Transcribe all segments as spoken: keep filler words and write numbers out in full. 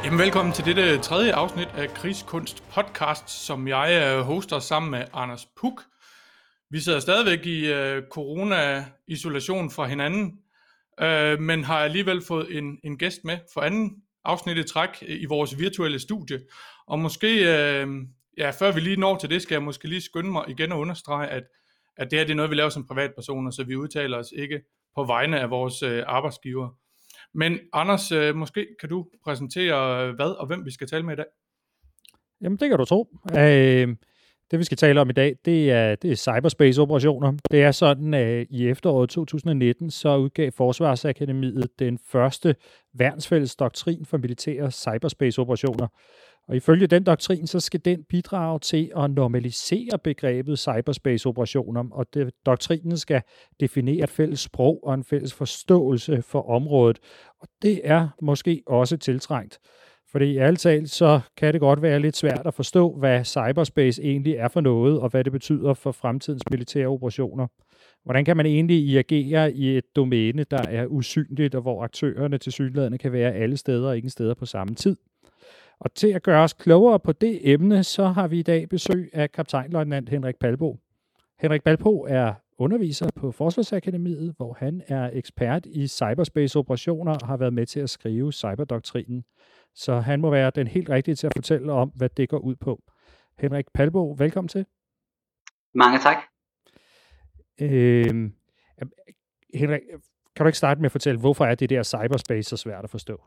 Jamen, velkommen til dette tredje afsnit af Krigskunst podcast, som jeg hoster sammen med Anders Puk. Vi sidder stadigvæk i uh, corona-isolation fra hinanden, uh, men har alligevel fået en, en gæst med for anden afsnit i træk i vores virtuelle studie. Og måske, uh, ja, før vi lige når til det, skal jeg måske lige skynde mig igen og understrege, at, at det her det er noget, vi laver som privatpersoner, så vi udtaler os ikke på vegne af vores uh, arbejdsgiver. Men Anders, øh, måske kan du præsentere, hvad og hvem vi skal tale med i dag? Jamen, det kan du tro. Øh, det, vi skal tale om i dag, det er, det er cyberspace-operationer. Det er sådan, at i efteråret to tusind nitten, så udgav Forsvarsakademiet den første værnsfælles doktrin for militære cyberspace-operationer. Og ifølge den doktrin, så skal den bidrage til at normalisere begrebet cyberspace-operationer, og det, doktrinen skal definere et fælles sprog og en fælles forståelse for området. Og det er måske også tiltrængt. Fordi ærligt talt, så kan det godt være lidt svært at forstå, hvad cyberspace egentlig er for noget, og hvad det betyder for fremtidens militære operationer. Hvordan kan man egentlig agere i et domæne, der er usynligt, og hvor aktørerne tilsyneladende kan være alle steder og ingen steder på samme tid? Og til at gøre os klogere på det emne, så har vi i dag besøg af kaptajnløjtnant Henrik Palbo. Henrik Palbo er underviser på Forsvarsakademiet, hvor han er ekspert i cyberspace-operationer og har været med til at skrive cyberdoktrinen. Så han må være den helt rigtige til at fortælle om, hvad det går ud på. Henrik Palbo, velkommen til. Mange tak. Øh, Henrik, kan du ikke starte med at fortælle, hvorfor er det der cyberspace så svært at forstå?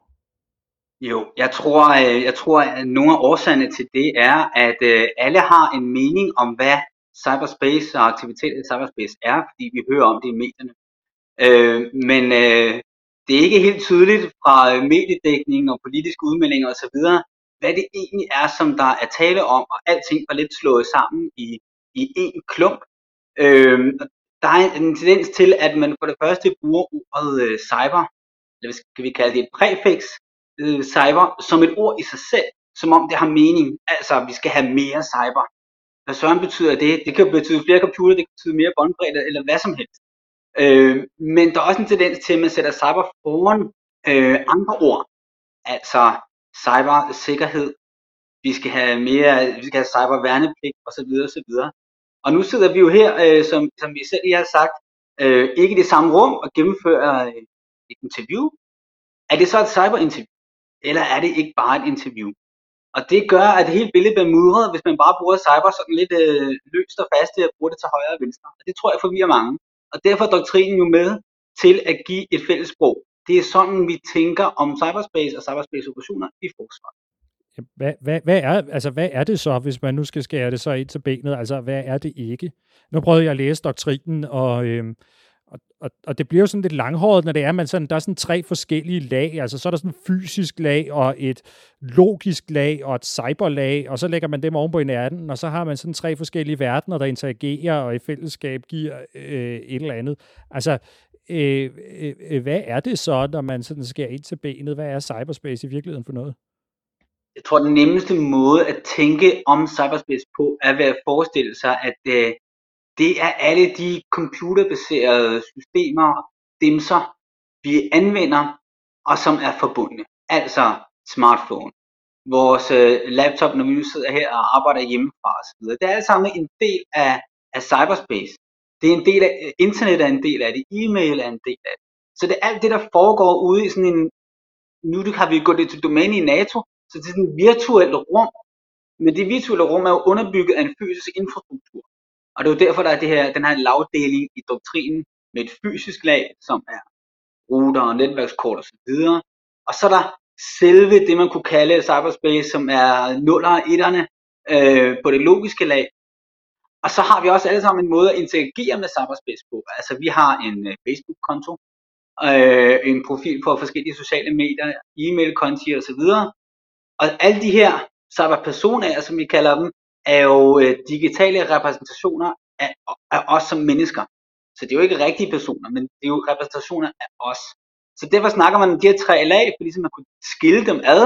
Jo, jeg tror, jeg tror, at nogle af årsagerne til det er, at alle har en mening om, hvad cyberspace og aktiviteter i cyberspace er, fordi vi hører om det i medierne. Øh, men øh, det er ikke helt tydeligt fra mediedækning og politiske udmeldinger osv., hvad det egentlig er, som der er tale om, og alting var lidt slået sammen i, i én klump. Øh, der er en tendens til, at man for det første bruger ordet øh, cyber, eller skal vi kalde det et præfiks, cyber som et ord i sig selv, som om det har mening, altså vi skal have mere cyber. Hvad søren betyder det? Det kan betyde flere computer, det kan betyde mere båndbredde, eller hvad som helst. Øh, men der er også en tendens til, at man sætter cyber foran øh, andre ord, altså cybersikkerhed, vi skal have mere, vi skal have cyberværnepligt osv. osv. Og nu sidder vi jo her, øh, som, som vi selv lige har sagt, øh, ikke i det samme rum og gennemfører øh, et interview. Er det så et cyberinterview? Eller er det ikke bare et interview? Og det gør, at det hele billede bliver mudret, hvis man bare bruger cyber sådan lidt øh, løst og fast til at bruge det til højre og venstre. Og det tror jeg forvirrer mange. Og derfor er doktrinen jo med til at give et fælles sprog. Det er sådan, vi tænker om cyberspace og cyberspace-operationer i forsvaret. Hvad, hvad, hvad, er, altså, hvad er det så, hvis man nu skal skære det så ind til benet? Altså, hvad er det ikke? Nu prøvede jeg at læse doktrinen, og... Øh, Og, og, og det bliver jo sådan lidt langhåret, når det er, man sådan, der er sådan tre forskellige lag. Altså så er der sådan et fysisk lag, og et logisk lag, og et cyberlag, og så lægger man dem oven på hinanden, og så har man sådan tre forskellige verdener, der interagerer, og i fællesskab giver øh, et eller andet. Altså, øh, øh, hvad er det så, når man sådan skærer ind til benet? Hvad er cyberspace i virkeligheden for noget? Jeg tror, den nemmeste måde at tænke om cyberspace på, er ved at forestille sig, at øh, det er alle de computerbaserede systemer, dimser, vi anvender, og som er forbundne. Altså smartphone, vores øh, laptop, når vi nu sidder her og arbejder hjemmefra osv. Det er alt sammen en del af, af cyberspace. Det er en del af, internet er en del af det, e-mail er en del af det. Så det er alt det, der foregår ude i sådan en, nu har vi gået det til domæne i NATO, så det er sådan et virtuelt rum. Men det virtuelle rum er jo underbygget af en fysisk infrastruktur. Og det er jo derfor, der er det her, den her lagdeling i doktrinen med et fysisk lag, som er router og netværkskort osv. Og så er der selve det, man kunne kalde cyberspace, som er nuller og etterne øh, på det logiske lag. Og så har vi også alle sammen en måde at interagere med cyberspace på. Altså vi har en uh, Facebook-konto, øh, en profil på forskellige sociale medier, e-mail-konti osv. Og alle de her cyberpersonaer, som vi kalder dem, er jo øh, digitale repræsentationer af, af os som mennesker. Så det er jo ikke rigtige personer, men det er jo repræsentationer af os. Så derfor snakker man om de her tre lag, for ligesom man kunne skille dem ad,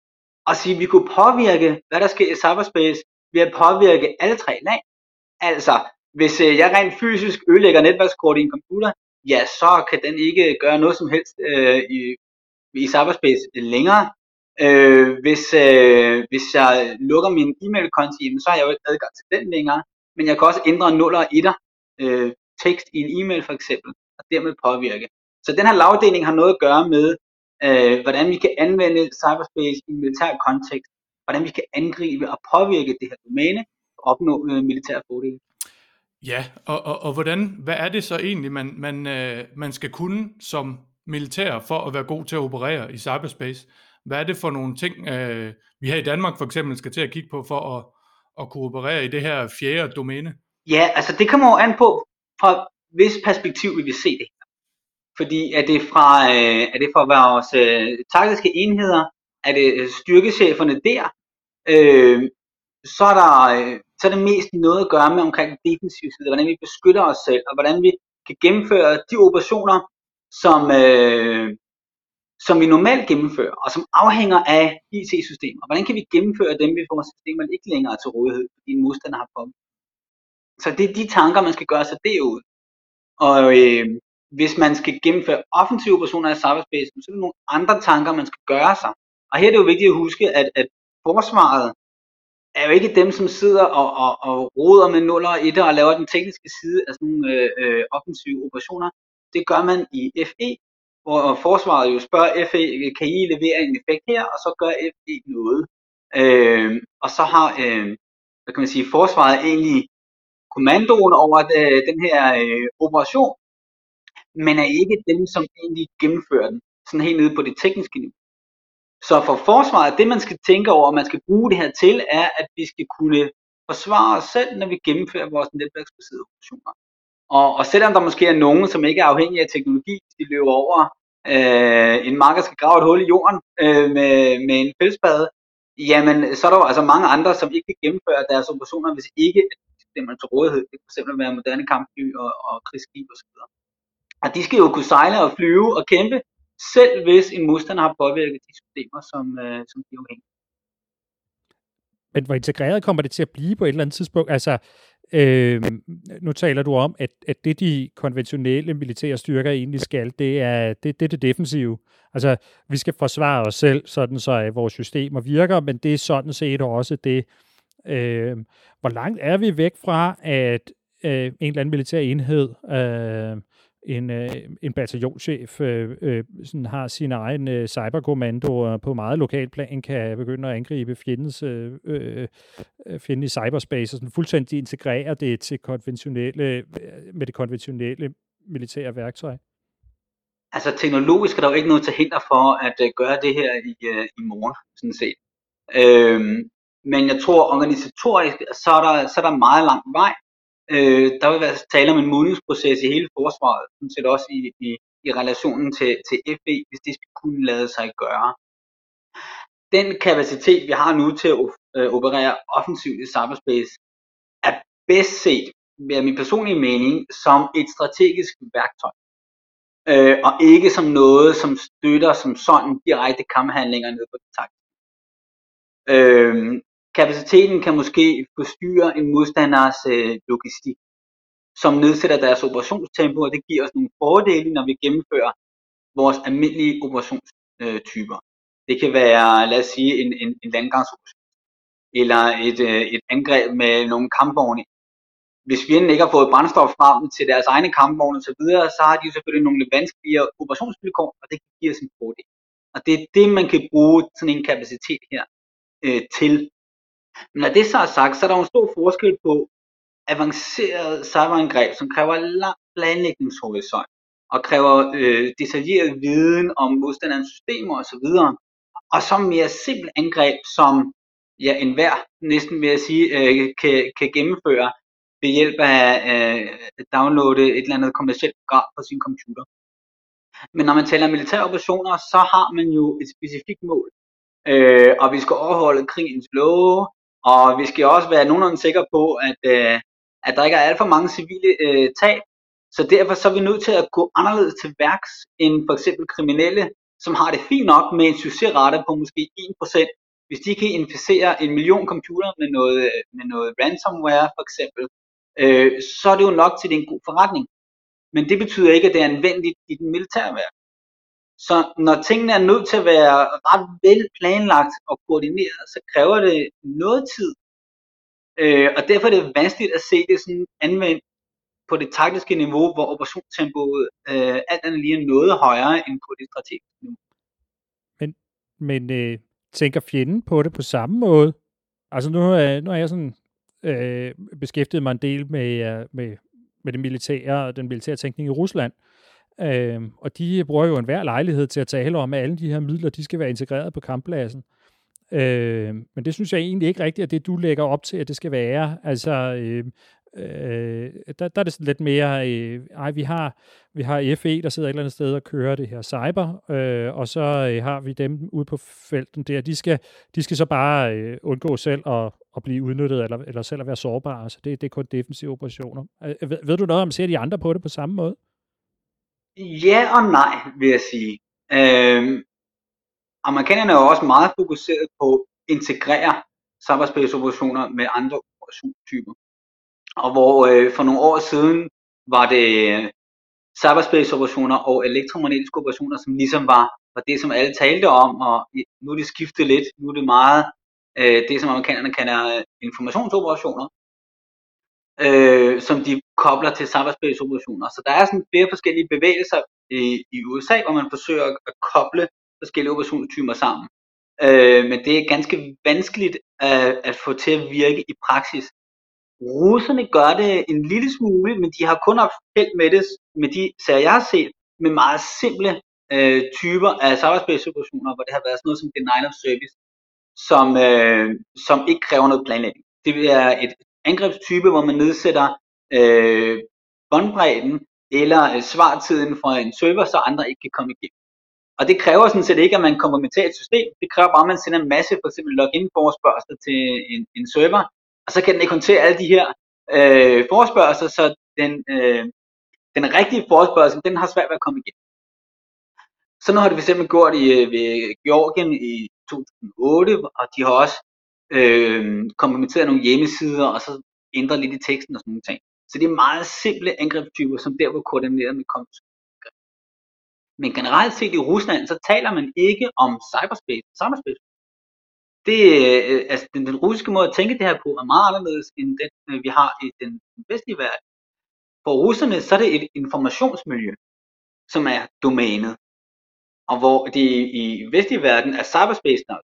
og sige, at vi kunne påvirke, hvad der sker i cyberspace, ved at påvirke alle tre lag. Altså, hvis øh, jeg rent fysisk ødelægger netværkskort i en computer, ja, så kan den ikke gøre noget som helst øh, i, i cyberspace længere. Øh, hvis, øh, hvis jeg lukker min e-mail-konti, så har jeg jo ikke adgang til den længere, men jeg kan også ændre nuller og etter øh, tekst i en e-mail for eksempel, og dermed påvirke. Så den her lagdeling har noget at gøre med, øh, hvordan vi kan anvende cyberspace i en militær kontekst, hvordan vi kan angribe og påvirke det her domæne og opnå øh, militære fordele. Ja, og, og, og hvordan, hvad er det så egentlig, man, man, øh, man skal kunne som militær for at være god til at operere i cyberspace? Hvad er det for nogle ting, øh, vi her i Danmark for eksempel skal til at kigge på for at, at kunne operere i det her fjerde domæne? Ja, altså det kommer jo an på, fra hvis perspektiv vi vil se det. Fordi er det fra, øh, er det fra vores øh, taktiske enheder, er det styrkecheferne der, øh, så, er der, øh, så er det mest noget at gøre med omkring defensiv side, hvordan vi beskytter os selv, og hvordan vi kan gennemføre de operationer, som, øh, som vi normalt gennemfører, og som afhænger af I T-systemer. Hvordan kan vi gennemføre dem, hvis vores systemer ikke længere er til rådighed, fordi en modstander har kommet. Så det er de tanker, man skal gøre sig derud. Og øh, hvis man skal gennemføre offensive operationer i cyberspace, så er der nogle andre tanker, man skal gøre sig. Og her er det jo vigtigt at huske, at, at forsvaret er jo ikke dem, som sidder og, og, og roder med nuller og etter og laver den tekniske side af sådan nogle øh, øh, offensive operationer. Det gør man i F E, hvor forsvaret jo spørger F E, kan I levere en effekt her, og så gør F E noget. Øh, og så har, øh, hvad kan man sige, forsvaret egentlig kommandoen over øh, den her øh, operation, men er ikke dem, som egentlig gennemfører den, sådan helt nede på det tekniske niveau. Så for forsvaret, det man skal tænke over, og man skal bruge det her til, er, at vi skal kunne forsvare os selv, når vi gennemfører vores netværksbaserede operationer. Og, og selvom der måske er nogen, som ikke er afhængige af teknologi, de løber over øh, en marker skal grave et hul i jorden øh, med, med en fældspade, jamen så er der jo altså mange andre, som ikke kan gennemføre deres operationer, hvis ikke systemer til rådighed. Det kan fx være moderne kampfly og, og krigsskib osv. Og de skal jo kunne sejle og flyve og kæmpe, selv hvis en modstander har påvirket de systemer, som, øh, som de er afhængige. Men hvor integreret kommer det til at blive på et eller andet tidspunkt? Altså, øh, nu taler du om, at, at det de konventionelle militære styrker egentlig skal, det er det, det, er det defensive. Altså, vi skal forsvare os selv, sådan så at vores systemer virker, men det er sådan set også det. Øh, hvor langt er vi væk fra, at øh, en eller anden militær enhed, øh, en, øh, en bataljonschef, øh, øh, sådan har sin egen øh, cyberkommando og på meget lokal plan kan begynde at angribe fjendens, øh, øh, fjenden i cyberspace og sådan fuldstændig integrere det til konventionelle, med det konventionelle militære værktøj? Altså teknologisk er der jo ikke noget til hinder for at uh, gøre det her i, uh, i morgen, sådan set. Øhm, men jeg tror organisatorisk, så er der, så er der meget lang vej. Øh, der vil være tale om en modningsproces i hele forsvaret, sådan set også i, i, i relationen til, til F E, hvis det skal kunne lade sig gøre. Den kapacitet, vi har nu til at øh, operere offensivt i cyberspace, er bedst set, med min personlige mening, som et strategisk værktøj. Øh, og ikke som noget, som støtter som sådan direkte kamphandlinger ned på det taktiske. Øh, kapaciteten kan måske forstyrre en modstanders øh, logistik, som nedsætter deres operationstempo, og det giver os nogle fordele, når vi gennemfører vores almindelige operationstyper. Det kan være, lad os sige, en, en, en landgangsoperation, eller et, et angreb med nogle kampvogne. Hvis fjenden ikke har fået brændstof frem til deres egne kampvogne osv., så har de selvfølgelig nogle lidt vanskeligere operationsvilkår, og det kan give os en fordel. Og det er det, man kan bruge sådan en kapacitet her øh, til. Men når det så er sagt, så er der en stor forskel på avanceret cyberangreb, som kræver lang planlægningshorisont og kræver øh, detaljeret viden om modstanderens systemer osv. Og så mere simpelt angreb, som ja, enhver næsten vil jeg sige, øh, kan, kan gennemføre ved hjælp af øh, at downloade et eller andet kommercielt program på sin computer. Men når man taler militære operationer, så har man jo et specifikt mål, øh, og vi skal overholde krigens love, og vi skal også være nogenlunde sikre på, at øh, at der ikke er alt for mange civile øh, tab, så derfor så er vi nødt til at gå anderledes til værks end for eksempel kriminelle, som har det fint nok med en succesrate på måske en procent. Hvis de kan inficere en million computer med noget, med noget ransomware for eksempel, øh, så er det jo nok til, det er en god forretning. Men det betyder ikke, at det er anvendeligt i den militære verden. Så når tingene er nødt til at være ret vel planlagt og koordineret, så kræver det noget tid. Øh, og derfor er det vanskeligt at se det sådan anvendt på det taktiske niveau, hvor operationstempoet øh, alt andet lige er noget højere end på det strategiske niveau. Men, men øh, tænker fjenden på det på samme måde? Altså nu, er, nu er jeg sådan øh, beskæftiget mig en del med, med, med det militære og den militære tænkning i Rusland. Øh, og de bruger jo enhver lejlighed til at tale om, at alle de her midler, de skal være integreret på kamppladsen. Øh, men det synes jeg egentlig ikke rigtigt, at det du lægger op til, at det skal være. Altså, øh, øh, der, der er det sådan lidt mere, øh, ej, vi har, vi har F E, der sidder et eller andet sted og kører det her cyber, øh, og så øh, har vi dem ude på felten der. De skal, de skal så bare øh, undgå selv at, at blive udnyttet, eller, eller selv at være sårbare. Så det, det er kun defensive operationer. Øh, ved, ved du noget om, ser de andre på det på samme måde? Ja og nej, vil jeg sige. Øh, Amerikanerne er jo også meget fokuseret på at integrere cyberspace-operationer med andre operationstyper. Og hvor øh, for nogle år siden var det cyberspace-operationer og elektromagnetiske operationer, som ligesom var, var det, som alle talte om, og nu er det skiftet lidt. Nu er det meget øh, det, som amerikanerne kalder informationsoperationer, øh, som de kobler til cyberspace-operationer. Så der er sådan flere forskellige bevægelser i, i U S A, hvor man forsøger at koble forskellige operationstyper sammen. Øh, men det er ganske vanskeligt at, at få til at virke i praksis. Russerne gør det en lille smule, men de har kun haft held med det, med de sager jeg har set, med meget simple øh, typer af cyberspace-operationer, hvor det har været sådan noget som denial of service, som, øh, som ikke kræver noget planlægning. Det er et angrebstype, hvor man nedsætter øh, båndbredden eller øh, svartiden fra en server, så andre ikke kan komme igennem. Og det kræver sådan set ikke, at man kompromitterer et system. Det kræver bare, at man sender en masse for eksempel login-forespørgsler til en, en server, og så kan den ikke håndtere alle de her øh, forespørgsler, så den, øh, den rigtige forespørgsel, den har svært ved at komme igennem. Sådan har det fx gjort i, ved Georgien i to tusind og otte, og de har også øh, kompromitteret nogle hjemmesider, og så ændret lidt i teksten og sådan nogle ting. Så det er meget simple angrebstyper, som der var koordineret med konstruktion. Men generelt set i Rusland, så taler man ikke om cyberspace. cyberspace. Det, øh, altså, den, den russiske måde at tænke det her på er meget anderledes end den, øh, vi har i den, den vestlige verden. For russerne, så er det et informationsmiljø, som er domænet. Og hvor det i vestlige verden er cyberspace nok.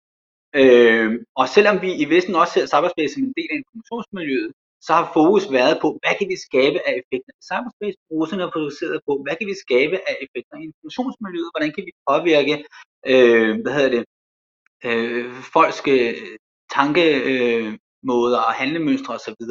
Øh, og selvom vi i Vesten også ser cyberspace som en del af informationsmiljøet, så har fokus været på, hvad kan vi skabe af effekter i cyberspace. Russerne har fokuseret på, hvad kan vi skabe af effekter i informationsmiljøet, hvordan kan vi påvirke, øh, hvad hedder det, øh, folks øh, tankemåder øh, og handlemønstre osv.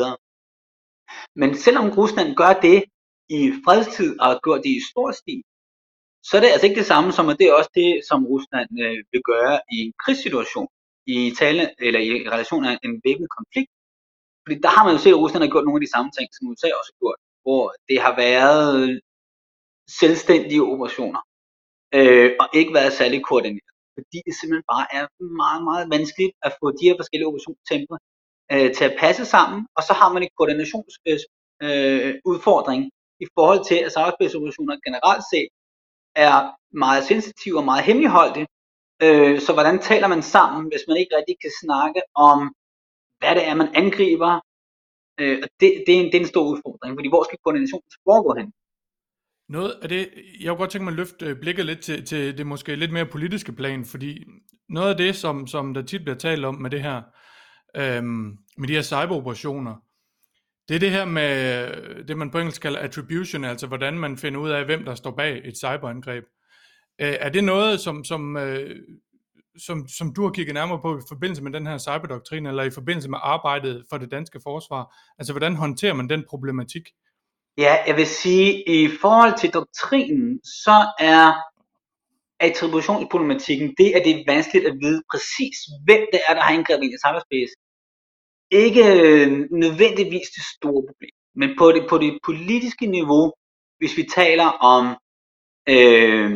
Men selvom Rusland gør det i fredstid og har gjort det i stor stil, så er det altså ikke det samme som, at det er også det, som Rusland øh, vil gøre i en krigssituation, i tale eller i relation af en væbnet konflikt. Fordi der har man jo set, at Rusland har gjort nogle af de samme ting, som U S A også har gjort, hvor det har været selvstændige operationer, øh, og ikke været særlig koordineret. Fordi det simpelthen bare er meget, meget vanskeligt at få de her forskellige operationstemper øh, til at passe sammen, og så har man en koordinationsudfordring øh, i forhold til, at cyberspace-operationer generelt set er meget sensitive og meget hemmeligholdte. Øh, så hvordan taler man sammen, hvis man ikke rigtig kan snakke om, hvad det er, man angriber? Øh, det, det, er en, det er en stor udfordring, fordi hvor skal koordinationen foregå hen? Noget af det, jeg kunne godt tænke mig at løfte blikket lidt til, til det måske lidt mere politiske plan, fordi noget af det, som, som der tit bliver talt om med det her, øhm, med de her cyberoperationer, det er det her med det, man på engelsk kalder attribution, altså hvordan man finder ud af, hvem der står bag et cyberangreb. Øh, er det noget, som, som, øh, som, som du har kigget nærmere på i forbindelse med den her cyberdoktrin, eller i forbindelse med arbejdet for det danske forsvar? Altså, hvordan håndterer man den problematik? Ja, jeg vil sige, i forhold til doktrinen, så er attributionsproblematikken, det er det vanskeligt at vide præcis, hvem det er, der har indgrebet ind i cyberspace. Ikke nødvendigvis det store problem, men på det, på det politiske niveau, hvis vi taler om øh,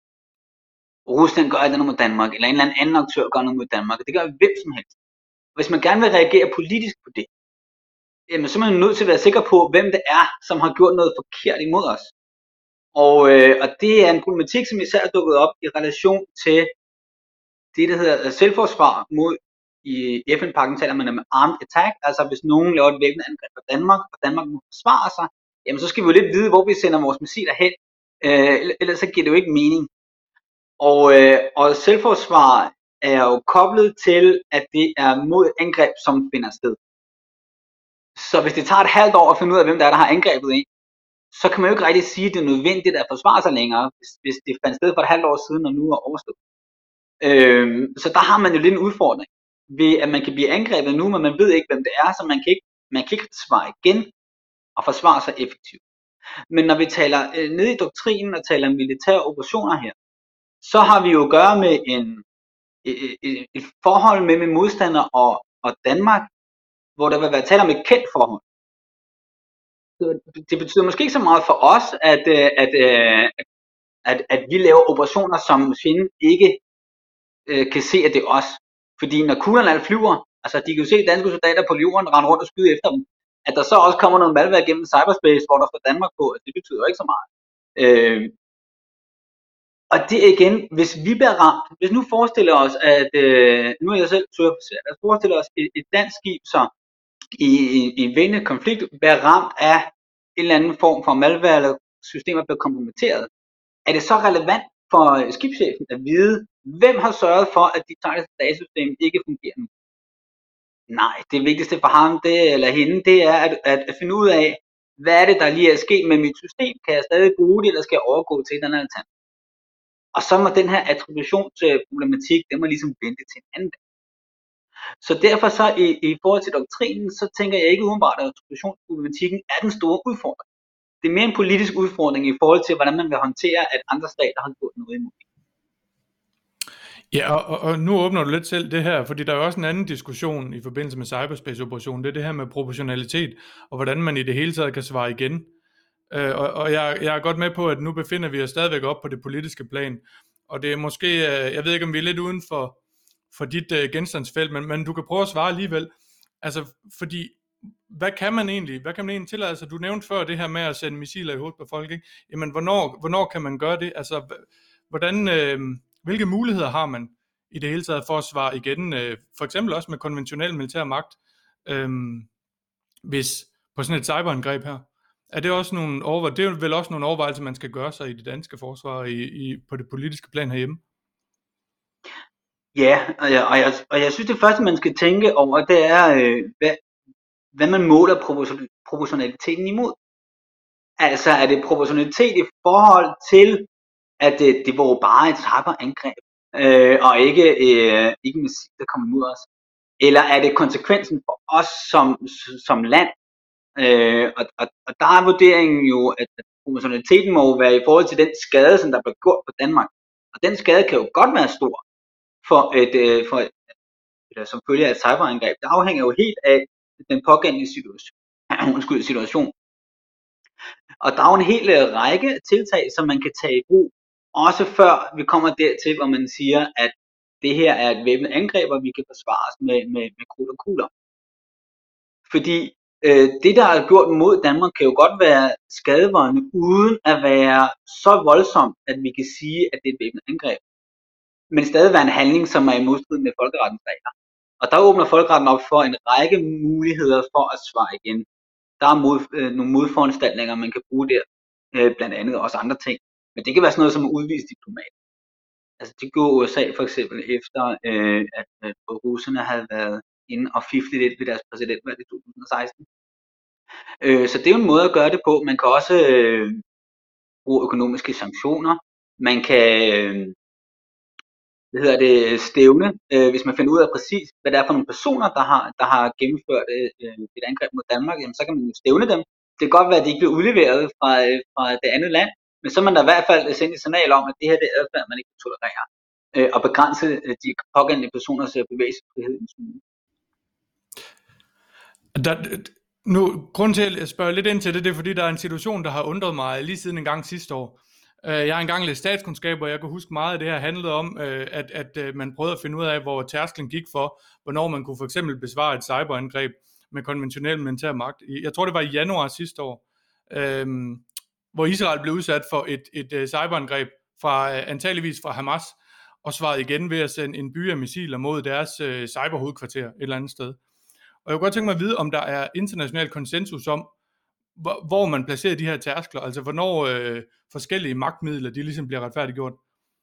Rusland gør noget mod Danmark, eller en eller anden aktør gør noget mod Danmark, det gør hvem som helst. Hvis man gerne vil reagere politisk på det, jamen, så er man nødt til at være sikker på, hvem det er, som har gjort noget forkert imod os. Og, øh, og det er en problematik, som især er dukket op i relation til det, der hedder selvforsvar mod, i F N-pakken taler man om armed attack, altså hvis nogen laver et væbnet angreb på Danmark, og Danmark må forsvare sig, jamen så skal vi jo lidt vide, hvor vi sender vores missiler hen, øh, ellers så giver det jo ikke mening. Og, øh, og selvforsvar er jo koblet til, at det er mod angreb, som finder sted. Så hvis det tager et halvt år at finde ud af, hvem der er, der har angrebet en, så kan man jo ikke rigtig sige, at det er nødvendigt at forsvare sig længere, hvis, hvis det fandt sted for et halvt år siden, og nu er overstået. Øhm, så der har man jo lidt en udfordring, ved at man kan blive angrebet nu, men man ved ikke, hvem det er, så man kan ikke, man kan ikke svare igen og forsvare sig effektivt. Men når vi taler øh, ned i doktrinen og taler militære operationer her, så har vi jo at gøre med en, et, et, et forhold mellem modstander og, og Danmark, hvor der vil være tale om et kendt forhold. Det betyder måske ikke så meget for os, at, at, at, at, at vi laver operationer, som fjenden ikke øh, kan se, at det er os. Fordi når kuglerne alle flyver, altså de kan jo se danske soldater på jorden rende rundt og skyde efter dem, at der så også kommer noget malware gennem cyberspace, hvor der står Danmark på, det betyder jo ikke så meget. Øh, og det er igen, hvis vi bliver ramt, hvis nu forestiller os, at, øh, nu er jeg selv surfer, lad os forestille os et, et dansk skib, så i, i, i en væbnet konflikt bliver ramt af en eller anden form for malware, eller systemer bliver kompromitteret, er det så relevant for skibschefen at vide, hvem har sørget for, at dit datasystem ikke fungerer nu? Nej, det vigtigste for ham det, eller hende, det er at, at, at finde ud af, hvad er det, der lige er sket med mit system? Kan jeg stadig bruge det, eller skal jeg overgå til en anden alternativ? Og så må den her attributionsproblematik, den må ligesom vente til en anden dag. Så derfor så i, i forhold til doktrinen, så tænker jeg ikke umiddelbart, at attributionsproblematikken er den store udfordring. Det er mere en politisk udfordring i forhold til, hvordan man vil håndtere, at andre stater har gjort noget imod det. Ja, og, og nu åbner du lidt selv det her, fordi der er jo også en anden diskussion i forbindelse med cyberspace-operationen, det er det her med proportionalitet, og hvordan man i det hele taget kan svare igen. Øh, og og jeg, jeg er godt med på, at nu befinder vi os stadigvæk op på det politiske plan, og det er måske, øh, jeg ved ikke om vi er lidt uden for, for dit øh, genstandsfelt, men, men du kan prøve at svare alligevel. Altså, fordi, hvad kan man egentlig, hvad kan man egentlig tillade sig? Du nævnte før det her med at sende missiler i hovedet på folk, ikke? Jamen, hvornår, hvornår kan man gøre det? Altså, hvordan, øh, hvilke muligheder har man i det hele taget for at svare igen, øh, for eksempel også med konventionel militær magt, øh, hvis på sådan et cyberangreb her? Er det også nogle overvej- det er vel også nogle overvejelser, man skal gøre sig i det danske forsvar i, i, på det politiske plan herhjemme? Ja, og jeg, og, jeg, og jeg synes det første man skal tænke over, det er, øh, hvad, hvad man måler proportionaliteten imod. Altså er det proportionalitet i forhold til, at det, det var jo bare et cyberangreb, øh, og ikke, øh, ikke en missil, der kommer imod os. Eller er det konsekvensen for os som, som land? Øh, og, og, og der er vurderingen jo, at proportionaliteten må jo være i forhold til den skade, som der blev gjort på Danmark. Og den skade kan jo godt være stor for et, øh, for et, eller som følge af et cyberangreb. Det afhænger jo helt af den pågældende situation. situation. Og der er jo en hel række tiltag, som man kan tage i brug, også før vi kommer dertil, hvor man siger, at det her er et væbnet angreb, og vi kan forsvare os med, med, med krudt og kugler. Fordi øh, det, der er gjort mod Danmark, kan jo godt være skadevoldende, uden at være så voldsomt, at vi kan sige, at det er et væbnet angreb. Men stadig være en handling, som er i modstrid med folkerettens regler. Og der åbner folkeretten op for en række muligheder for at svare igen. Der er mod, øh, nogle modforanstaltninger, man kan bruge der, øh, blandt andet også andre ting. Men det kan være sådan noget som at udvise diplomat. Altså det gjorde U S A for eksempel efter, øh, at, at russerne havde været inde og fifle lidt ved deres præsidentvalg i to tusind og seksten. Øh, så det er jo en måde at gøre det på. Man kan også øh, bruge økonomiske sanktioner. Man kan øh, hvad hedder det, stævne, øh, hvis man finder ud af præcis, hvad det er for nogle personer, der har, der har gennemført øh, et angreb mod Danmark, jamen, så kan man jo stævne dem. Det kan godt være, at de ikke bliver udleveret fra, øh, fra det andet land, men så er man da i hvert fald sendt et signal om, at det her det er adfærd, man ikke kan tolerere, øh, og begrænse øh, de pågældende personers øh, bevægelsesfrihed. Der, nu, grunden til at jeg spørger lidt ind til det, det er fordi, der er en situation, der har undret mig lige siden en gang sidste år. Jeg har engang læst statskundskab, og jeg kan huske meget af det her handlede om, at, at man prøvede at finde ud af, hvor tærsklen gik for, hvornår man kunne for eksempel besvare et cyberangreb med konventionel militær magt. Jeg tror, det var i januar sidste år. hvor Israel blev udsat for et, et, et cyberangreb fra antageligvis fra Hamas, og svarede igen ved at sende en by af missiler mod deres øh, cyberhovedkvarter et eller andet sted. Og jeg kunne godt tænke mig at vide, om der er international konsensus om, hvor, hvor man placerer de her tærskler, altså hvornår øh, forskellige magtmidler, de ligesom bliver retfærdiggjort.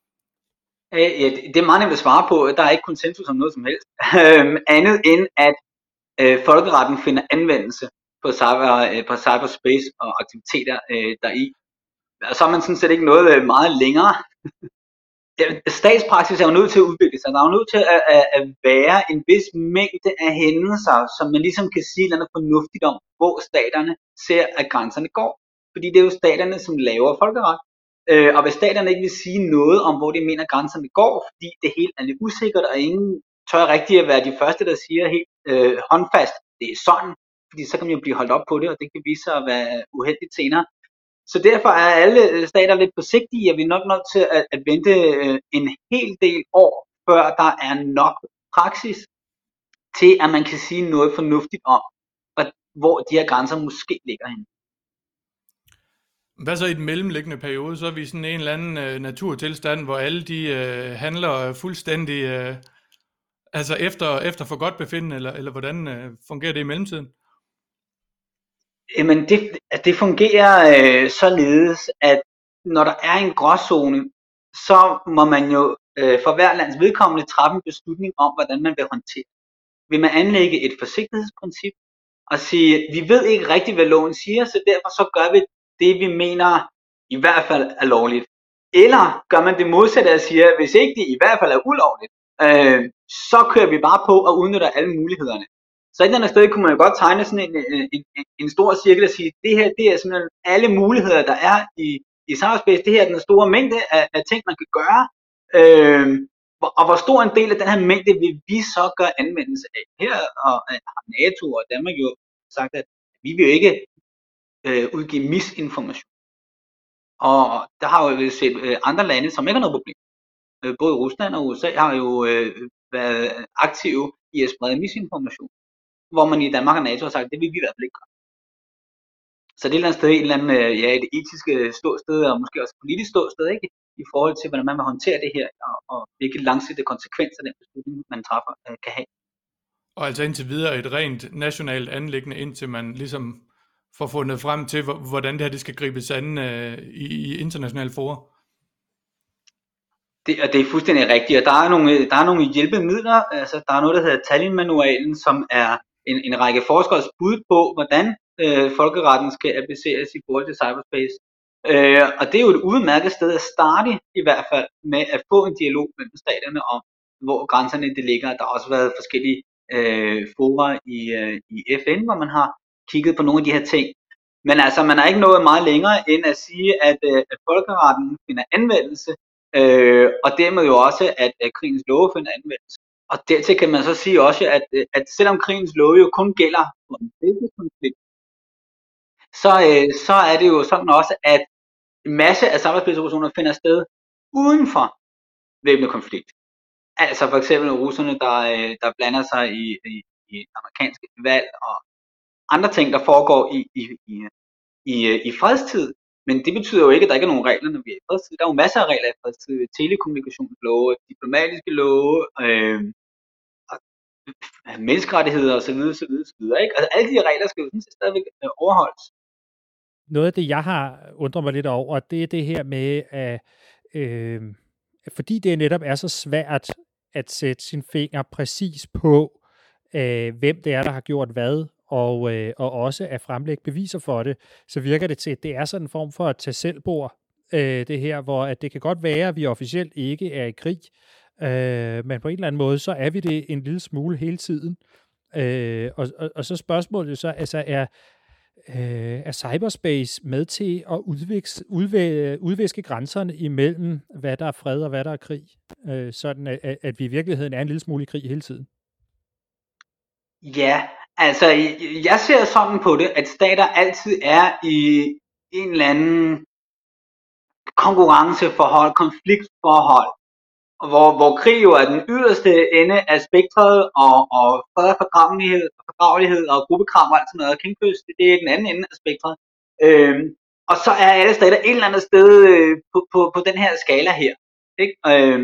Ja, det er meget nemt at svare på. Der er ikke konsensus om noget som helst. Andet end, at øh, folkeretten finder anvendelse på, cyber, øh, på cyberspace og aktiviteter øh, deri. Og så er man sådan set ikke noget øh, meget længere. Statspraksis er jo nødt til at udvikle sig. Der er jo nødt til at, at, at være en vis mængde af hændelser, som man ligesom kan sige noget fornuftigt om, hvor staterne ser, at grænserne går. Fordi det er jo staterne, som laver folkeret. Øh, og hvis staterne ikke vil sige noget om, hvor de mener, at grænserne går, fordi det hele er lidt usikkert, og ingen tør rigtig at være de første, der siger helt øh, håndfast, det er sådan, fordi så kan man jo blive holdt op på det, og det kan vise sig at være uheldigt senere. Så derfor er alle stater lidt forsigtige, og vi er nok nødt til at, at vente øh, en hel del år, før der er nok praksis til, at man kan sige noget fornuftigt om, hvor de her grænser måske ligger henne. Hvad så i den mellemliggende periode? Så er vi sådan en eller anden øh, naturtilstand, hvor alle de øh, handler fuldstændig øh, altså efter, efter for godt befindende, eller, eller hvordan øh, fungerer det i mellemtiden? Jamen det, det fungerer øh, således, at når der er en gråzone, så må man jo øh, for hver lands vedkommende træffe en beslutning om, hvordan man vil håndtere. Vil man anlægge et forsigtighedsprincip og sige, vi ved ikke rigtigt, hvad loven siger, så derfor så gør vi det, vi mener i hvert fald er lovligt. Eller gør man det modsatte og siger, hvis ikke det i hvert fald er ulovligt, øh, så kører vi bare på og udnytter alle mulighederne. Så et eller andet sted kunne man jo godt tegne sådan en, en, en, en stor cirkel og sige, det her det er simpelthen alle muligheder, der er i, i cyberspace. Det her er den store mængde af, af ting, man kan gøre. Øh, og hvor stor en del af den her mængde vil vi så gøre anvendelse af? Her og, har NATO og Danmark jo sagt, at vi vil jo ikke øh, udgive misinformation. Og der har jo set øh, andre lande, som ikke har noget problem. Øh, både Rusland og U S A har jo øh, været aktive i at sprede misinformation. Hvor man i Danmark og NATO har sagt, at det vil vi i hvert fald ikke gøre. Så det er et eller andet sted, et eller andet, ja, et etisk ståsted, og måske også et politisk ståsted, ikke? I forhold til, hvordan man vil håndtere det her, og, og hvilke langsigtede konsekvenser den beslutning, man træffer, kan have. Og altså indtil videre et rent nationalt anliggende, indtil man ligesom får fundet frem til, hvordan det her det skal gribes an øh, i, i internationale fora. Det, og det er fuldstændig rigtigt, og der er nogle, der er nogle hjælpemidler, altså der er noget, der hedder Tallinn-manualen, som er en, en række forskeres bud på, hvordan øh, folkeretten skal appliceres i forhold til cyberspace. Øh, og det er jo et udmærket sted at starte i hvert fald med at få en dialog mellem staterne om, hvor grænserne det ligger. Der har også været forskellige øh, fora i, øh, i F N, hvor man har kigget på nogle af de her ting. Men altså, man er ikke nået meget længere end at sige, at, øh, at folkeretten finder anvendelse, øh, og dermed jo også, at, at krigens love finder anvendelse. Og dertil kan man så sige også, at, at selvom krigens love jo kun gælder for en væbnet konflikt, så, øh, så er det jo sådan også, at en masse af cyberspace-operationer finder sted uden for væbnet konflikt. Altså for eksempel russerne, der, øh, der blander sig i, i, i amerikanske valg og andre ting, der foregår i, i, i, i, i fredstid. Men det betyder jo ikke, at der ikke er nogen regler, når vi er i fredstid. Der er jo masser af regler i fredstid. Telekommunikationslove, diplomatiske love, øh, menneskerettigheder osv. osv., osv. Ikke? Altså alle de regler skal jo sådan set stadigvæk overholdes. Noget af det, jeg har undret mig lidt over, det er det her med, at øh, fordi det netop er så svært at sætte sin finger præcis på, øh, hvem det er, der har gjort hvad, og, øh, og også at fremlægge beviser for det, så virker det til, at det er sådan en form for et tag selvbord, øh, det her, hvor at det kan godt være, at vi officielt ikke er i krig, øh, men på en eller anden måde, så er vi det en lille smule hele tiden. Øh, og, og, og så spørgsmålet så, altså er, øh, er cyberspace med til at udviske, udvæ, udviske grænserne imellem, hvad der er fred og hvad der er krig, øh, sådan at, at vi i virkeligheden er en lille smule i krig hele tiden? Ja, altså jeg ser sådan på det, at stater altid er i en eller anden konkurrenceforhold, konfliktforhold, hvor, hvor krig jo er den yderste ende af spektret, og, og fred og fordragelighed, og fordragelighed og gruppekram og alt sådan noget, kængkøs, det er den anden ende af spektret. Øhm, og så er alle stater et eller andet sted øh, på, på, på den her skala her. Ikke? Øh,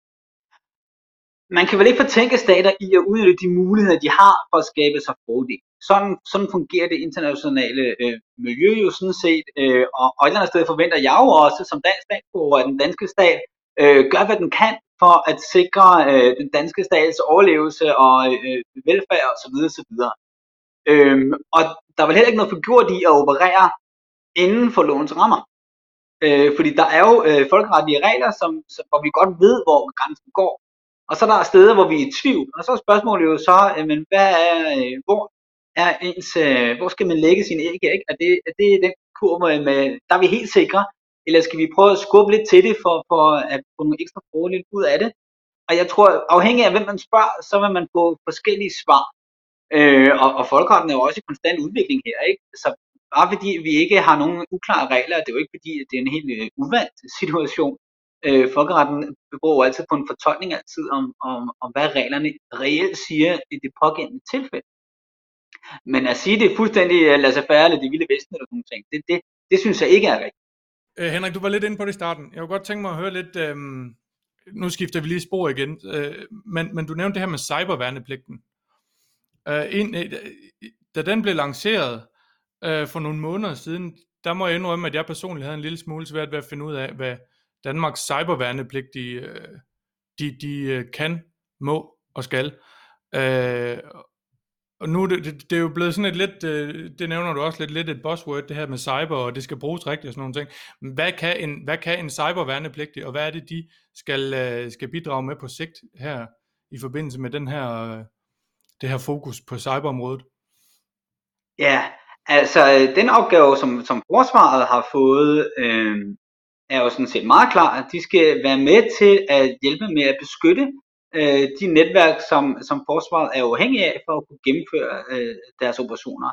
man kan vel ikke fortænke stater i at udnytte de muligheder, de har for at skabe sig fordel. Sådan, sådan fungerer det internationale øh, miljø jo sådan set, øh, og, og et eller andet sted forventer jeg jo også som dansk statsborger, at den danske stat øh, gør, hvad den kan for at sikre øh, den danske stats overlevelse og øh, velfærd osv. osv. Øhm, og der er vel heller ikke noget forgjort i at operere inden for lovens rammer. Øh, fordi der er jo øh, folkeretlige regler, som, som, hvor vi godt ved, hvor grænsen går. Og så er der steder, hvor vi er i tvivl. Og så er spørgsmålet jo så, øh, men hvad er, øh, hvor er ens, øh, hvor skal man lægge sine æg, ikke? Er det, er det den kur med, med, der er vi helt sikre, eller skal vi prøve at skubbe lidt til det, for, for at få nogle ekstra fordele ud af det? Og jeg tror, afhængig af hvem man spørger, så vil man få forskellige svar. Øh, og, og folkeretten er jo også i konstant udvikling her, ikke? Så bare fordi vi ikke har nogen uklare regler, det er jo ikke fordi, det er en helt øh, uvant situation. Øh, folkeretten beror altid på en fortolkning altid om, om, om, hvad reglerne reelt siger i det pågældende tilfælde. Men at sige, det er fuldstændig uh, laissez-faire eller det vilde vesten eller sådan ting, det, det, det synes jeg ikke er rigtigt. Øh, Henrik, du var lidt inde på det i starten. Jeg kunne godt tænke mig at høre lidt, øh, nu skifter vi lige spor igen, øh, men, men du nævnte det her med cyberværnepligten. Øh, en, øh, da den blev lanceret øh, for nogle måneder siden, der må jeg indrømme, at jeg personligt havde en lille smule svært ved at finde ud af, hvad Danmarks cyberværnepligtige øh, de, de øh, kan, må og skal. Øh, og nu det, det, det er jo blevet sådan et lidt, øh, det nævner du også lidt, lidt et buzzword, det her med cyber, og det skal bruges rigtigt og sådan nogle ting. Hvad kan en, hvad kan en cyberværnepligtig, og hvad er det, de skal, øh, skal bidrage med på sigt her, i forbindelse med den her, øh, det her fokus på cyberområdet? Ja, altså den opgave, som, som forsvaret har fået, øh, er jo sådan set meget klar. De skal være med til at hjælpe med at beskytte øh, de netværk, som, som forsvaret er afhængig af for at kunne gennemføre øh, deres operationer.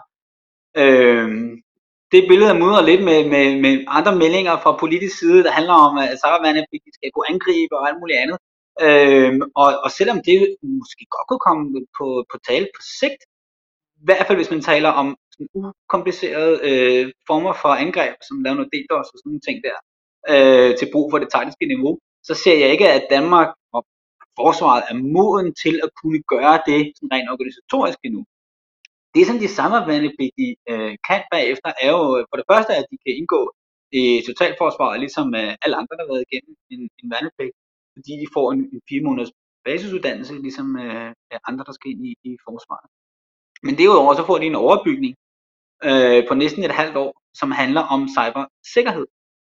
Øh, det billede er mudret lidt med, med, med andre meldinger fra politisk side, der handler om, at cyberværnepligtige skal kunne angribe og alt muligt andet. Øh, og, og selvom det måske godt kunne komme på, på tale på sigt, i hvert fald hvis man taler om sådan ukomplicerede øh, former for angreb, som laver noget DDoS og sådan nogle ting der, øh, til brug for det taktiske niveau, så ser jeg ikke, at Danmark og forsvaret er moden til at kunne gøre det sådan rent organisatorisk endnu. Det som de cyberværnepligtige øh, kan bagefter, er jo for det første, at de kan indgå i totalforsvaret, ligesom øh, alle andre, der har været igennem en, en værnepligt, fordi de får en, en fire måneders basisuddannelse, ligesom øh, andre, der skal ind i, i forsvaret. Men derudover så får de en overbygning øh, på næsten et halvt år, som handler om cybersikkerhed.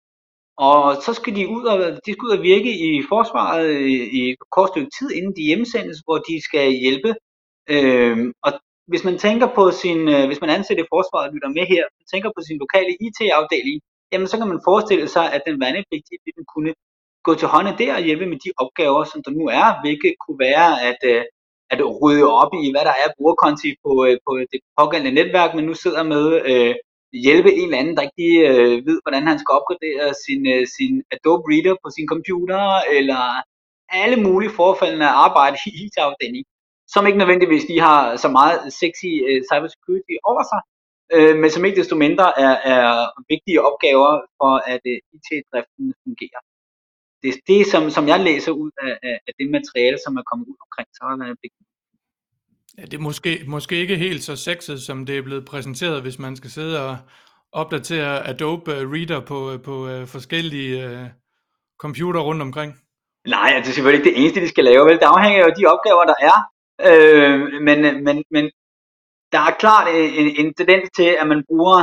Og så skal de ud og, de skal ud og virke i forsvaret i et kort stykke tid, inden de hjemsendes, hvor de skal hjælpe. Øh, og hvis man tænker på sin, øh, hvis man ansætter i forsvaret og lytter med her, man tænker på sin lokale I T-afdeling, jamen så kan man forestille sig, at den værnepligtige vil kunne gå til hånden der og hjælpe med de opgaver, som der nu er, hvilket kunne være at øh, at rydde op i, hvad der er brugerkonti på, på det pågældende netværk, men nu sidder med øh, hjælpe en eller anden, der ikke øh, ved, hvordan han skal opgradere sin, øh, sin Adobe Reader på sin computer, eller alle mulige forfaldende arbejde i I T-afdelingen, som ikke nødvendigvis lige har så meget sexy øh, cybersecurity over sig, øh, men som ikke desto mindre er, er vigtige opgaver for, at øh, I T-driften fungerer. Det er det, som, som jeg læser ud af, af det materiale, som er kommet ud omkring cyberværnepligten. Ja, det er måske, måske ikke helt så sexet, som det er blevet præsenteret, hvis man skal sidde og opdatere Adobe Reader på, på uh, forskellige uh, computer rundt omkring. Nej, det er selvfølgelig ikke det eneste, de skal lave. Vel? Det afhænger jo af de opgaver, der er. Øh, men, men, men der er klart en, en tendens til, at man bruger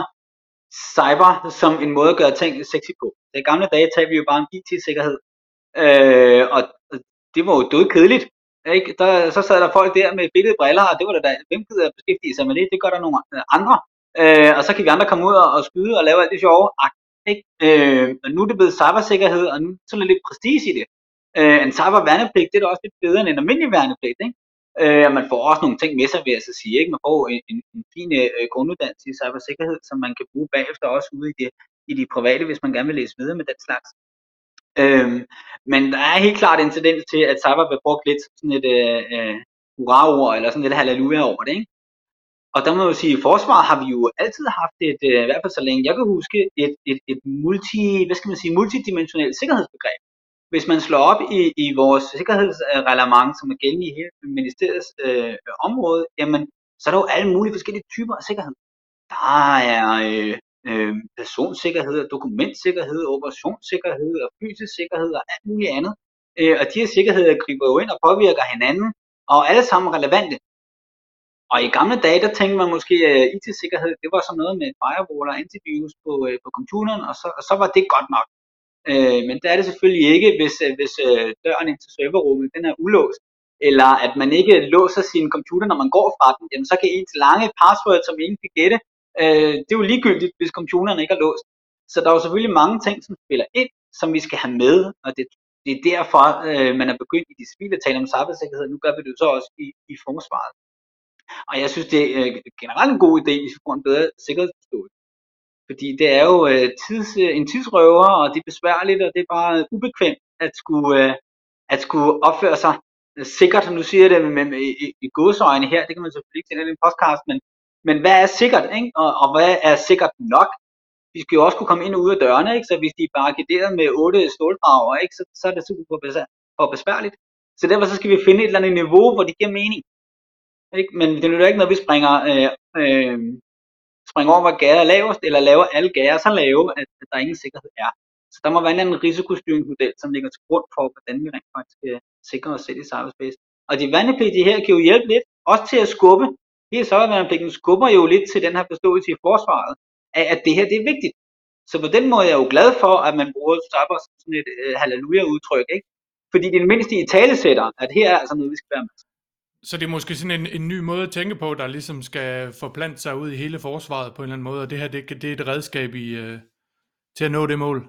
cyber som en måde at gøre ting sexy på. I gamle dage talte vi jo bare om I T-sikkerhed. Øh, og det var jo dødkedeligt. Ikke? Der, så sad der folk der med billede briller, og det var der da, hvem gider at beskæftige sig med det? Det gør der nogle andre. Øh, og så kan vi andre komme ud og, og skyde og lave alt det sjove. Ikke? Øh, og nu er det blevet cybersikkerhed, og nu er sådan lidt prestige i det. Øh, en cyberværnepligt, det er da også lidt bedre end en almindelig værnepligt. Ikke? Øh, og man får også nogle ting med sig, vil jeg så sige. Ikke? Man får en, en, en fin øh, grunduddannelse i cybersikkerhed, som man kan bruge bagefter også ude i, det, i de private, hvis man gerne vil læse videre med den slags. Øhm, men der er helt klart en tendens til, at cyber bliver brugt lidt sådan et øh, hurra-ord, eller sådan lidt halleluja over det, ikke? Og der må jeg jo sige, i forsvaret har vi jo altid haft et, i hvert fald så længe jeg kan huske, et, et, et multi, hvad skal man sige, multidimensionelt sikkerhedsbegreb. Hvis man slår op i, i vores sikkerhedsreglement, som er gældende i hele ministeriets øh, område, jamen, så er der jo alle mulige forskellige typer af sikkerhed. Der er øh, øh, personsikkerhed, dokumentsikkerhed, operationssikkerhed og fysisk sikkerhed og alt muligt andet. Øh, og de her sikkerheder griber jo ind og påvirker hinanden, og alle sammen relevante. Og i gamle dage, der tænkte man måske, at I T-sikkerhed, det var sådan noget med firewall og antivirus på, øh, på computeren, og så, og så var det godt nok. Øh, men det er det selvfølgelig ikke, hvis, hvis øh, døren ind til serverrummet, den er ulåst, eller at man ikke låser sin computer, når man går fra den, jamen så kan ens lange password, som ingen kan gætte, øh, det er jo ligegyldigt, hvis computeren ikke er låst. Så der er jo selvfølgelig mange ting, som spiller ind, som vi skal have med, og det, det er derfor, øh, man er begyndt i de civile at tale om cybersikkerhed. Nu gør vi det så også i, i forsvaret. Og jeg synes, det er generelt en god idé, hvis vi får en bedre sikkerhedsforståelse. Fordi det er jo øh, tids, øh, en tidsrøver, og det er besværligt, og det er bare ubekvemt at skulle, øh, at skulle opføre sig øh, sikkert. Nu siger jeg det med, med, med i, i gåseøjne her, det kan man selvfølgelig ikke til en podcast, men, men hvad er sikkert, ikke? Og, og hvad er sikkert nok? Vi skal jo også kunne komme ind og ud af dørene, ikke? Så hvis de er barrikaderet med otte ståldrager, ikke? Så, så er det super for besværligt. Så derfor så skal vi finde et eller andet niveau, hvor det giver mening. Ikke? Men det er jo ikke, når vi springer, øh, øh, springer over, hvor gader er lavest, eller laver alle gader så lave, at, at der ingen sikkerhed er. Så der må være en anden risikostyringsmodel, som ligger til grund for, hvordan vi rent faktisk skal sikre os selv i cyberspace. Og de værnepligtige her kan jo hjælpe lidt, også til at skubbe. Hele cyberværnepligten skubber jo lidt til den her forståelse i forsvaret, af at det her det er vigtigt. Så på den måde er jeg jo glad for, at man bruger cyber som sådan et øh, halleluja-udtryk, ikke? Fordi det er det mindste i talesætter, at her er altså noget, vi skal være med. Så det er måske sådan en, en ny måde at tænke på, der ligesom skal forplante sig ud i hele forsvaret på en eller anden måde, og det her, det, det er et redskab i, uh, til at nå det mål.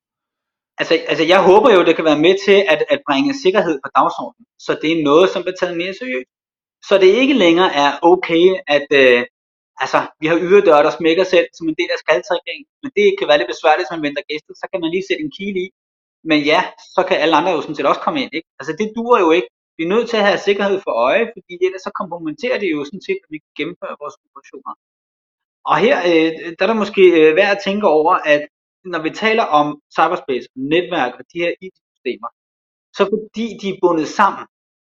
Altså, altså jeg håber jo, det kan være med til at, at bringe sikkerhed på dagsordenen, så det er noget, som bliver taget mere seriøst. Så det ikke længere er okay, at øh, altså, vi har yderdøre, der smækker selv som en del af skaltrækningen, men det kan være lidt besværligt, hvis man venter gæster, så kan man lige sætte en kile i. Men ja, så kan alle andre jo sådan set også komme ind, ikke? Altså det duer jo ikke. Vi er nødt til at have sikkerhed for øje, fordi ellers så kompromitterer det jo sådan set, at vi kan gennemføre vores operationer. Og her øh, der er der måske øh, værd at tænke over, at når vi taler om cyberspace, netværk og de her I T-systemer, så fordi de er bundet sammen,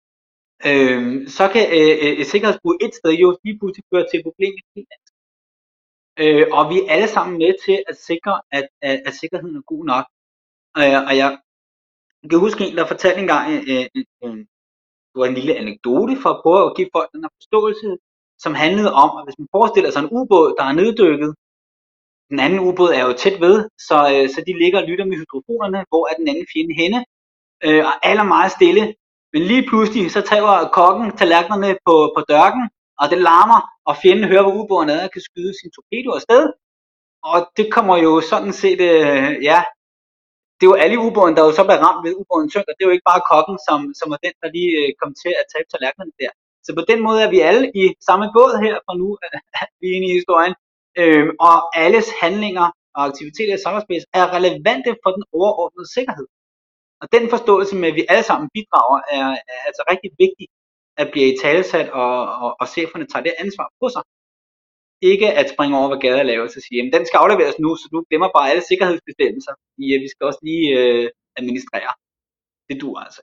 øh, så kan øh, et sikkerhedsbrud et sted jo lige pludselig føre til problemer i helt andet. Øh, og vi er alle sammen med til at sikre, at, at, at sikkerheden er god nok. Øh, og jeg kan huske en, der fortalte engang, øh, øh, det var en lille anekdote for at prøve at give folk den her forståelse, som handlede om, at hvis man forestiller sig en ubåd, der er neddykket, den anden ubåd er jo tæt ved, så, øh, så de ligger og lytter med hydrofonerne, hvor er den anden fjende henne, øh, og alle er meget stille. Men lige pludselig, så tager kokken tallerkenerne på, på dørken, og det larmer, og fjenden hører, hvor ubåden er, og kan skyde sin torpedo afsted. Og det kommer jo sådan set, øh, ja, det er jo alle i ubåden, der jo så bliver ramt ved ubåden synker. Det er jo ikke bare kokken, som, som er den, der lige øh, kom til at tabe tallerkenerne der. Så på den måde er vi alle i samme båd her, for nu er vi inde i historien. Øh, og alles handlinger og aktiviteter i cyberspace er relevante for den overordnede sikkerhed. Og den forståelse med, at vi alle sammen bidrager, er, er altså rigtig vigtig at blive i talesat, og, og, og cheferne tager det ansvar på sig. Ikke at springe over, hvad gader laver, så sige, jamen den skal afleveres nu, så du glemmer bare alle sikkerhedsbestemmelser, fordi vi skal også lige øh, administrere. Det duer altså.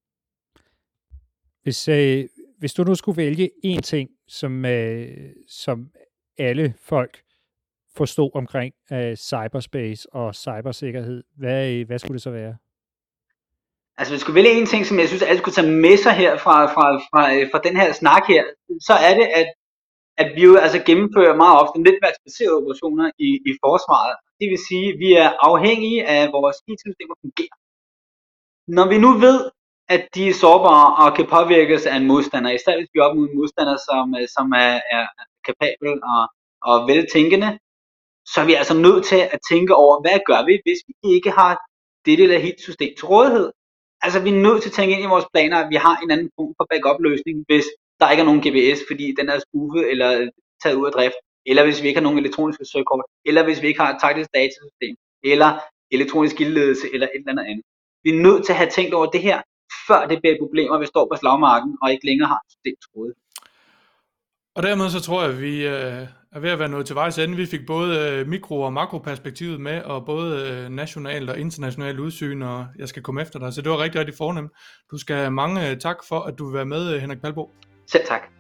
Hvis, øh, hvis du nu skulle vælge én ting, som, øh, som alle folk forstod omkring øh, cyberspace og cybersikkerhed, hvad, hvad skulle det så være? Altså hvis jeg skulle vælge en ting, som jeg synes, alle skulle tage med sig her fra, fra, fra, fra den her snak her, så er det, at, at vi jo altså gennemfører meget ofte netværksbaserede operationer i, i forsvaret. Det vil sige, at vi er afhængige af, at vores I T-systemer fungerer. Når vi nu ved, at de er sårbare og kan påvirkes af en modstander, i stedet hvis vi er op mod en modstander, som, som er, er kapabel og, og veltænkende, så er vi altså nødt til at tænke over, hvad gør vi, hvis vi ikke har dette eller helt system til rådighed. Altså vi er nødt til at tænke ind i vores planer, at vi har en anden form for backup-løsning, hvis der ikke er nogen G P S, fordi den er skuffet eller taget ud af drift, eller hvis vi ikke har nogen elektroniske søgekort, eller hvis vi ikke har et taktisk datasystem, eller elektronisk ildledelse, eller et eller andet andet. Vi er nødt til at have tænkt over det her, før det bliver et problem, og vi står på slagmarken og ikke længere har et system til rådighed. Og dermed så tror jeg, at vi øh, er ved at være nået til vejs ende. Vi fik både øh, mikro- og makroperspektivet med, og både øh, nationalt og internationalt udsyn, og jeg skal komme efter dig. Så det var rigtig, rigtig fornemt. Du skal have mange tak for, at du vil være med, Henrik Palbo. Selv tak.